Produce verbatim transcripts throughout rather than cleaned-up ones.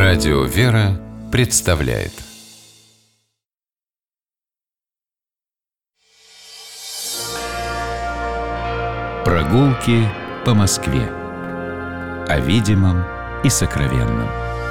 Радио «Вера» представляет прогулки по Москве. О видимом и сокровенном.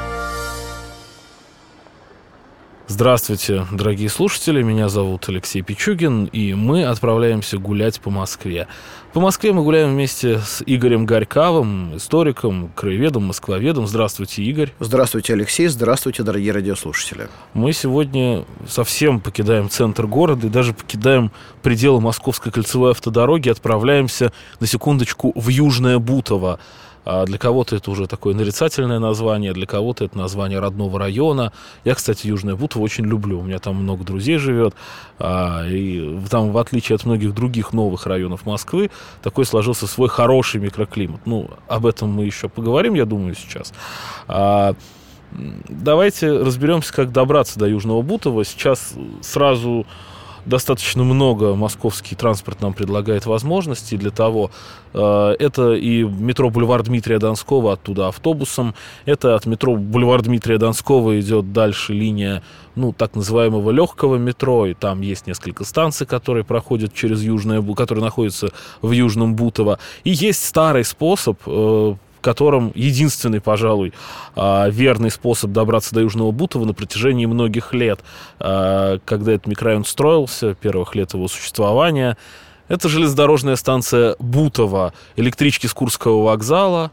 Здравствуйте, дорогие слушатели, меня зовут Алексей Пичугин, и мы отправляемся гулять по Москве. По Москве мы гуляем вместе с Игорем Горьковым, историком, краеведом, москвоведом. Здравствуйте, Игорь. Здравствуйте, Алексей. Здравствуйте, дорогие радиослушатели. Мы сегодня совсем покидаем центр города и даже покидаем пределы Московской кольцевой автодороги, отправляемся, на секундочку, в Южное Бутово. А для кого-то это уже такое нарицательное название, для кого-то это название родного района. Я, кстати, Южное Бутово очень люблю. У меня там много друзей живет. А, и там, в отличие от многих других новых районов Москвы, такой сложился свой хороший микроклимат. Ну, об этом мы еще поговорим, я думаю, сейчас. А, давайте разберемся, как добраться до Южного Бутова. Сейчас сразу... Достаточно много московский транспорт нам предлагает возможностей для того. Это и метро Бульвар Дмитрия Донского, оттуда автобусом. Это от метро Бульвар Дмитрия Донского идет дальше линия, ну, так называемого легкого метро. И там есть несколько станций, которые проходят через Южное, которые находятся в Южном Бутово. И есть старый способ, котором единственный, пожалуй, верный способ добраться до Южного Бутова на протяжении многих лет, когда этот микрорайон строился, первых лет его существования. Это железнодорожная станция Бутово, электрички с Курского вокзала.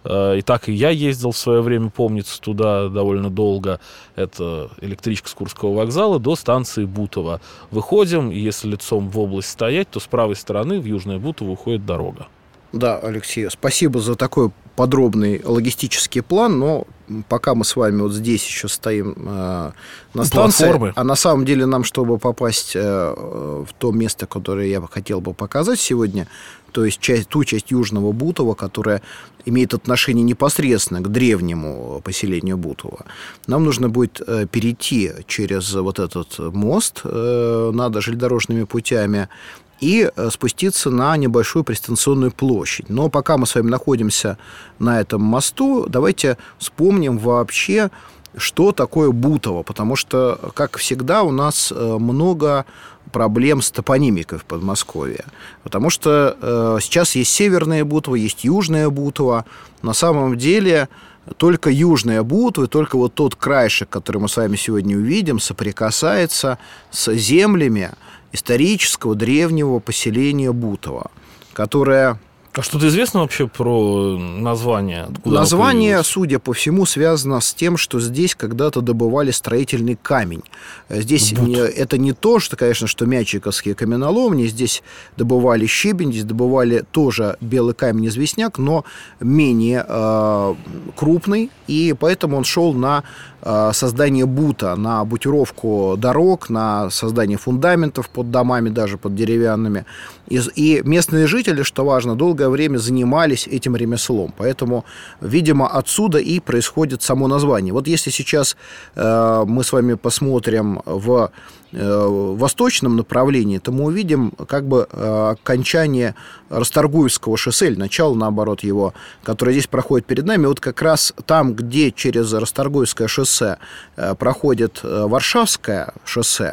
И так и я ездил в свое время, помнится, туда довольно долго. Это электричка с Курского вокзала до станции Бутово. Выходим, и если лицом в область стоять, то с правой стороны в Южное Бутово уходит дорога. Да, Алексей, спасибо за такой подробный логистический план, но пока мы с вами вот здесь еще стоим э, на станции, платформы. А на самом деле нам, чтобы попасть э, в то место, которое я хотел бы показать сегодня, то есть часть, ту часть Южного Бутова, которая имеет отношение непосредственно к древнему поселению Бутово, нам нужно будет э, перейти через вот этот мост э, над железнодорожными путями и спуститься на небольшую пристанционную площадь. Но пока мы с вами находимся на этом мосту, давайте вспомним вообще, что такое Бутово, потому что, как всегда, у нас много проблем с топонимикой в Подмосковье, потому что э, сейчас есть Северное Бутово, есть Южное Бутово. На самом деле только Южное Бутово, только вот тот краешек, который мы с вами сегодня увидим, соприкасается с землями исторического древнего поселения Бутово, которое... А что-то известно вообще про название? Откуда название, судя по всему, связано с тем, что здесь когда-то добывали строительный камень. Здесь не, это не то, что, конечно, что мячиковские каменоломни. Здесь добывали щебень, здесь добывали тоже белый камень-известняк, но менее э, крупный, и поэтому он шел на э, создание бута, на бутировку дорог, на создание фундаментов под домами, даже под деревянными. И, и местные жители, что важно, долгое время занимались этим ремеслом. Поэтому, видимо, отсюда и происходит само название. Вот если сейчас э, мы с вами посмотрим в э, восточном направлении, то мы увидим как бы э, окончание Расторгуевского шоссе, или начало, наоборот, его, которое здесь проходит перед нами. Вот как раз там, где через Расторгуевское шоссе э, проходит э, Варшавское шоссе,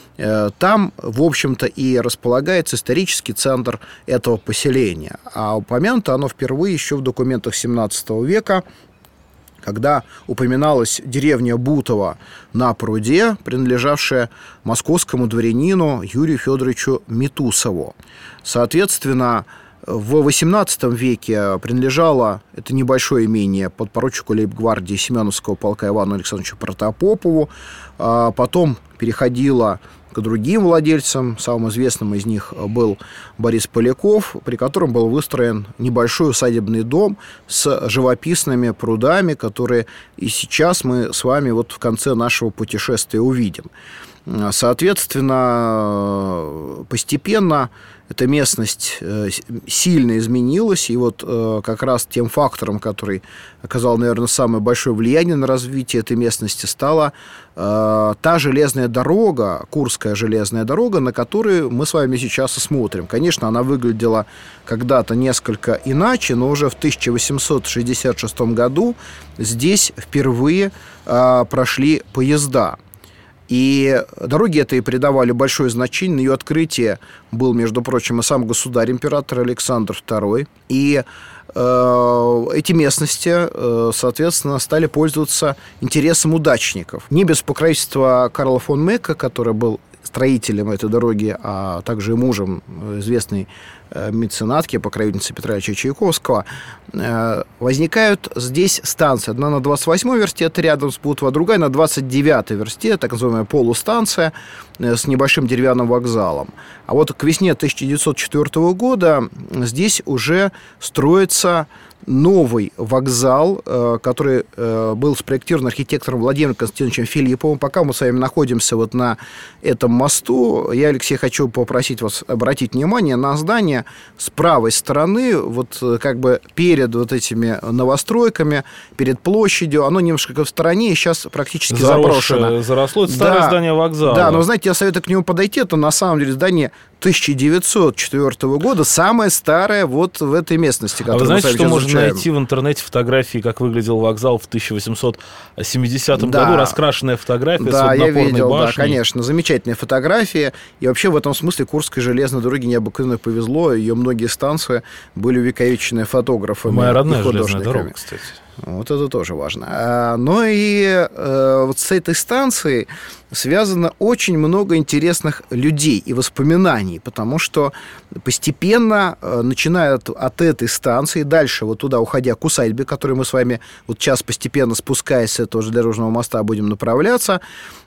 там, в общем-то, и располагается исторический центр этого поселения. А упомянуто оно впервые еще в документах семнадцатого века, когда упоминалась деревня Бутово на пруде, принадлежавшая московскому дворянину Юрию Федоровичу Митусову. Соответственно, в восемнадцатом веке принадлежало это небольшое имение подпоручику лейб-гвардии Семеновского полка Ивану Александровичу Протопопову, а потом переходило к другим владельцам. Самым известным из них был Борис Поляков, при котором был выстроен небольшой усадебный дом с живописными прудами, которые и сейчас мы с вами вот в конце нашего путешествия увидим. Соответственно, постепенно эта местность сильно изменилась, и вот как раз тем фактором, который оказал, наверное, самое большое влияние на развитие этой местности, стала та железная дорога, Курская железная дорога, на которую мы с вами сейчас и смотрим. Конечно, она выглядела когда-то несколько иначе, но уже в тысяча восемьсот шестьдесят шестом году здесь впервые прошли поезда. И дороге этой придавали большое значение. На ее открытие был, между прочим, и сам государь-император Александр второй. И э, эти местности, э, соответственно, стали пользоваться интересом удачников. Не без покровительства Карла фон Мека, который был строителем этой дороги, а также и мужем известной меценатки, покровительницы Петра Ильича Чайковского, возникают здесь станции. Одна на двадцать восьмой версте, это рядом с Бутово, другая на двадцать девятой версте, так называемая полустанция с небольшим деревянным вокзалом. А вот к весне тысяча девятьсот четвёртого года здесь уже строится новый вокзал, который был спроектирован архитектором Владимиром Константиновичем Филипповым. Пока мы с вами находимся вот на этом мосту, я, Алексей, хочу попросить вас обратить внимание на здание с правой стороны, вот как бы перед вот этими новостройками, перед площадью. Оно немножко в стороне и сейчас практически Заросшее, заброшено. Заросло. Это старое да, здание вокзала. Да, но, знаете, я советую к нему подойти. Это на самом деле здание тысяча девятьсот четвёртого года, самое старое вот в этой местности, которую а вы знаете, мы что можно изучаем. найти в интернете фотографии, как выглядел вокзал в тысяча восемьсот семидесятом да. году? Раскрашенная фотография да, с водонапорной я видел, башней. Да, конечно, замечательные фотографии. И вообще в этом смысле Курской железной дороге необыкновенно повезло. Ее многие станции были увековечены фотографами. Моя родная и железная дорога, кстати. Вот это тоже важно. Но и э, вот с этой станцией связано очень много интересных людей и воспоминаний, потому что постепенно, э, начиная от, от этой станции, дальше вот туда уходя к усадьбе, к которой мы с вами вот сейчас постепенно спускаясь с этого железнодорожного моста будем направляться,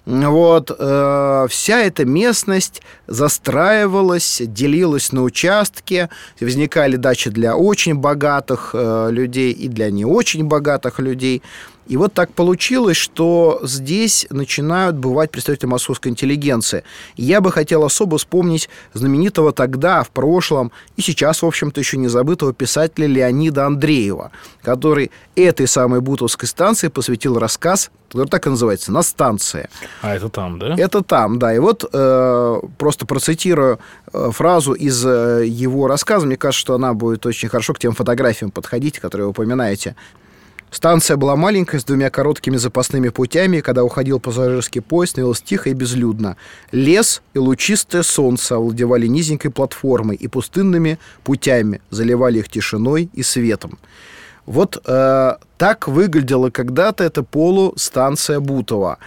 вот, э, вся эта местность застраивалась, делилась на участки, возникали дачи для очень богатых э, людей и для не очень богатых людей. И вот так получилось, что здесь начинают бывать представители московской интеллигенции. И я бы хотел особо вспомнить знаменитого тогда, в прошлом, и сейчас, в общем-то, еще не забытого писателя Леонида Андреева, который этой самой Бутовской станции посвятил рассказ, который так и называется «На станции». А это там, да? Это там, да. И вот э, просто процитирую э, фразу из э, его рассказа. Мне кажется, что она будет очень хорошо к тем фотографиям подходить, которые вы упоминаете. Станция была маленькая, с двумя короткими запасными путями, и когда уходил пассажирский поезд, становилось тихо и безлюдно. Лес и лучистое солнце овладевали низенькой платформой и пустынными путями, заливали их тишиной и светом. Вот э, так выглядела когда-то эта полустанция Бутово.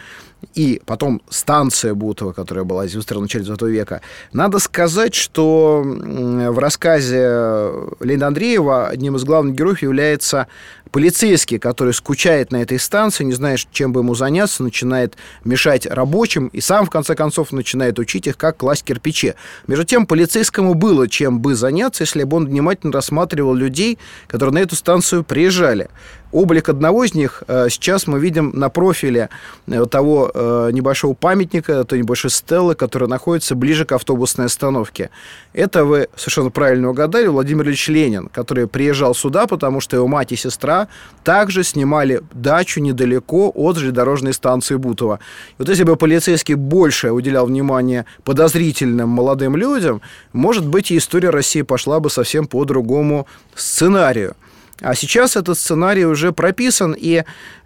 И потом станция Бутово, которая была иллюстрирована в начале двадцатого века. Надо сказать, что в рассказе Леонида Андреева одним из главных героев является полицейский, который скучает на этой станции, не знает, чем бы ему заняться, начинает мешать рабочим и сам, в конце концов, начинает учить их, как класть кирпичи. Между тем, полицейскому было чем бы заняться, если бы он внимательно рассматривал людей, которые на эту станцию приезжали. Облик одного из них сейчас мы видим на профиле того небольшого памятника, той небольшой стелы, которая находится ближе к автобусной остановке. Это, вы совершенно правильно угадали, Владимир Ильич Ленин, который приезжал сюда, потому что его мать и сестра также снимали дачу недалеко от железнодорожной станции Бутово. И вот если бы полицейский больше уделял внимание подозрительным молодым людям, может быть, и история России пошла бы совсем по другому сценарию. А сейчас этот сценарий уже прописан, и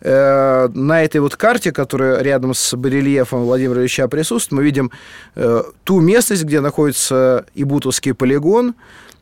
э, на этой вот карте, которая рядом с барельефом Владимира Ильича присутствует, мы видим э, ту местность, где находится и Бутовский полигон,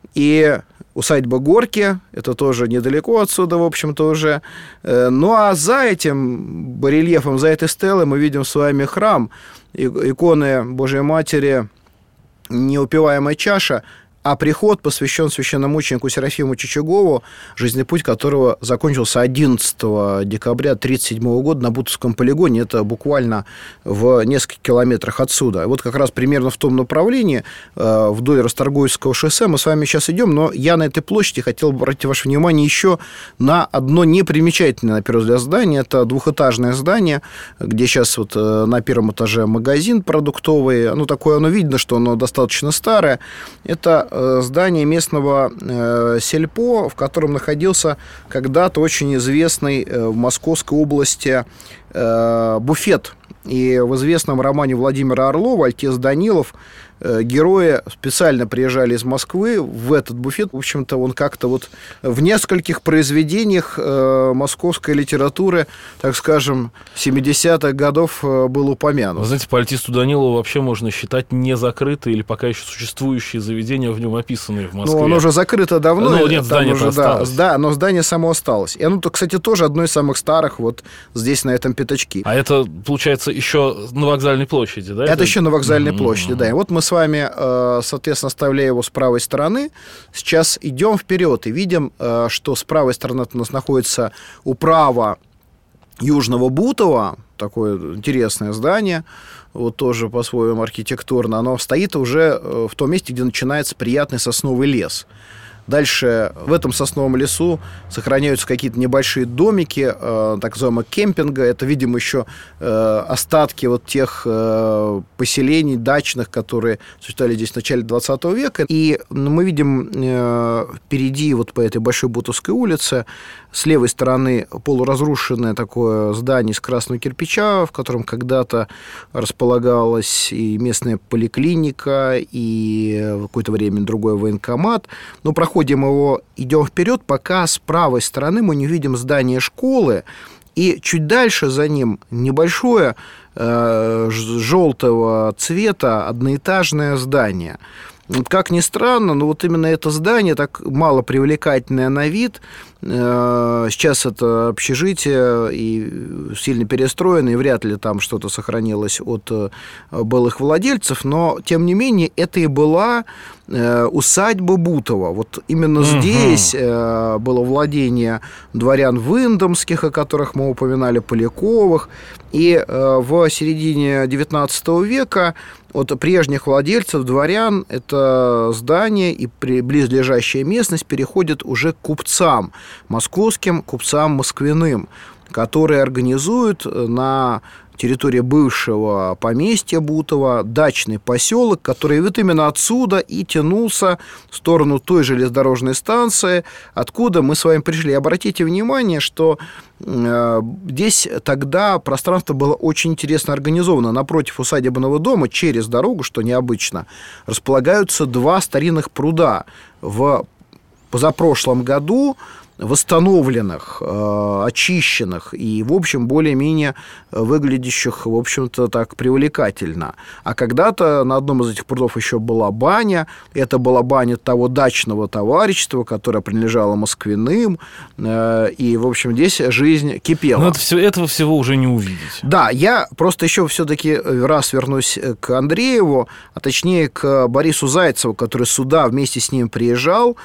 и усадьба Горки, это тоже недалеко отсюда, в общем-то, уже. Э, ну, а за этим барельефом, за этой стелой мы видим с вами храм, иконы Божьей Матери, неупиваемая чаша. А приход посвящен священномученику Серафиму Чичагову, жизненный путь которого закончился одиннадцатого декабря тысяча девятьсот тридцать седьмого года на Бутовском полигоне. Это буквально в нескольких километрах отсюда. Вот как раз примерно в том направлении, вдоль Расторгуевского шоссе, мы с вами сейчас идем, но я на этой площади хотел бы обратить ваше внимание еще на одно непримечательное, на первый взгляд, здание. Это двухэтажное здание, где сейчас вот на первом этаже магазин продуктовый. Ну, такое оно видно, что оно достаточно старое. Это здание местного сельпо, в котором находился когда-то очень известный в Московской области буфет. И в известном романе Владимира Орлова «Альтес Данилов» герои специально приезжали из Москвы в этот буфет. В общем-то, он как-то вот в нескольких произведениях московской литературы, так скажем, семидесятых годов был упомянут. Вы знаете, по «Альтисту Данилову» вообще можно считать не закрытые или пока еще существующие заведения, в нем описанные в Москве. Ну, оно уже закрыто давно. Ну, нет, здание уже, осталось. Да, да, но здание само осталось. И оно, кстати, тоже одно из самых старых вот здесь, на этом пятачке. А это, получается, еще на Вокзальной площади, да? Это, это... еще на Вокзальной mm-hmm. площади, да. И вот мы с вами, соответственно, оставляя его с правой стороны, сейчас идем вперед и видим, что с правой стороны у нас находится управа Южного Бутова, такое интересное здание, вот тоже по-своему архитектурно. Оно стоит уже в том месте, где начинается приятный сосновый лес. Дальше в этом сосновом лесу сохраняются какие-то небольшие домики, э, так называемого кемпинга. Это, видимо, еще э, остатки вот тех э, поселений дачных, которые существовали здесь в начале двадцатого века. И мы видим э, впереди, вот по этой Большой Бутовской улице, с левой стороны полуразрушенное такое здание из красного кирпича, в котором когда-то располагалась и местная поликлиника, и в какое-то время другой военкомат. Но проходим его, идем вперед, пока с правой стороны мы не увидим здание школы, и чуть дальше за ним небольшое э, желтого цвета одноэтажное здание. Вот как ни странно, но вот именно это здание так мало привлекательное на вид. Сейчас это общежитие и сильно перестроено, и вряд ли там что-то сохранилось от былых владельцев, но, тем не менее, это и была усадьба Бутова. Вот именно угу. здесь было владение дворян Вындомских, о которых мы упоминали, Поляковых, и в середине девятнадцатого века от прежних владельцев, дворян, это здание и близлежащая местность переходит уже к купцам, московским купцам Москвиным, которые организуют на территории бывшего поместья Бутова дачный поселок, который вот именно отсюда и тянулся в сторону той железнодорожной станции, откуда мы с вами пришли. Обратите внимание, что э, здесь тогда пространство было очень интересно организовано. Напротив усадебного дома, через дорогу, что необычно, располагаются два старинных пруда. В позапрошлом году восстановленных, очищенных и, в общем, более-менее выглядящих, в общем-то, так привлекательно. А когда-то на одном из этих прудов еще была баня. Это была баня того дачного товарищества, которое принадлежало Москвиным. И, в общем, здесь жизнь кипела. Но это все, этого всего уже не увидеть. Да, я просто еще все-таки раз вернусь к Андрееву, а точнее к Борису Зайцеву, который сюда вместе с ним приезжал,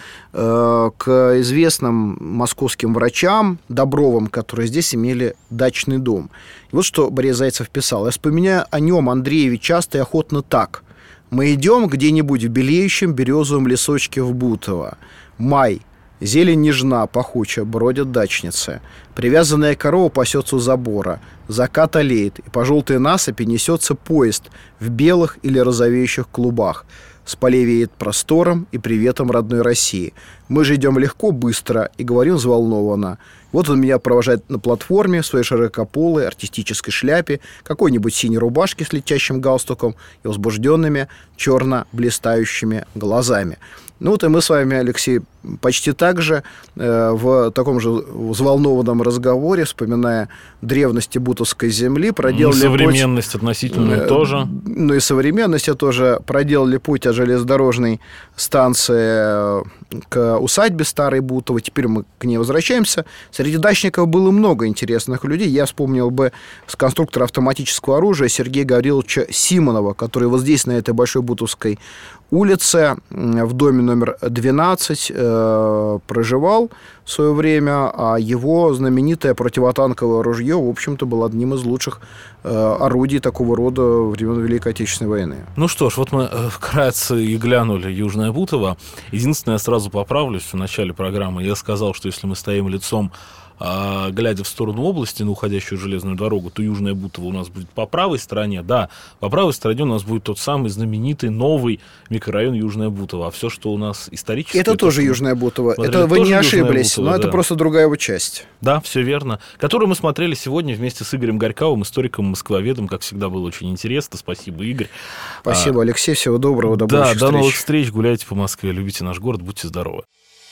к известным московским врачам Добровым, которые здесь имели дачный дом. И вот что Борис Зайцев писал. Я вспоминаю о нем, Андрееве, часто и охотно так. Мы идем где-нибудь в белеющем березовом лесочке в Бутово. Май. Зелень нежна, пахуча, бродят дачницы. Привязанная корова пасется у забора. Закат олеет, и по желтой насыпи несется поезд в белых или розовеющих клубах. С полей веет простором и приветом родной России. Мы же идем легко, быстро и говорим взволнованно. Вот он меня провожает на платформе в своей широкополой артистической шляпе, какой-нибудь синей рубашке с летящим галстуком и возбужденными черно-блистающими глазами. Ну вот и мы с вами, Алексей, почти так же э, в таком же взволнованном разговоре, вспоминая древности Бутовской земли, проделали ну, современность путь, относительную э, тоже. Ну и современность тоже проделали путь от железнодорожной станции к усадьбе Старой Бутово. Теперь мы к ней возвращаемся. Среди дачников было много интересных людей. Я вспомнил бы с конструктора автоматического оружия Сергея Гавриловича Симонова, который вот здесь, на этой Большой Бутовской улице в доме номер двенадцать проживал в свое время, а его знаменитое противотанковое ружье, в общем-то, было одним из лучших орудий такого рода времен Великой Отечественной войны. Ну что ж, вот мы вкратце и глянули Южное Бутово. Единственное, я сразу поправлюсь, в начале программы я сказал, что если мы стоим лицом, а, глядя в сторону области, на уходящую железную дорогу, то Южное Бутово у нас будет по правой стороне. Да, по правой стороне у нас будет тот самый знаменитый новый микрорайон Южное Бутово. А все, что у нас исторически... Это, это тоже Южное Бутово. Это вы не ошиблись, Бутово, но да. Это просто другая его часть. Да, все верно. Которую мы смотрели сегодня вместе с Игорем Горьковым, историком-москвоведом. Как всегда, было очень интересно. Спасибо, Игорь. Спасибо, а, Алексей. Всего доброго. До да, будущих до встреч. новых встреч. Гуляйте по Москве. Любите наш город. Будьте здоровы.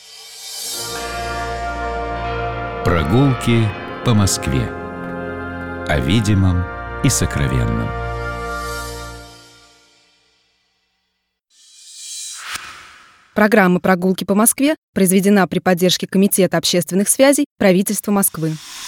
Прогулки по Москве. О видимом и сокровенном. Программа «Прогулки по Москве» произведена при поддержке Комитета общественных связей правительства Москвы.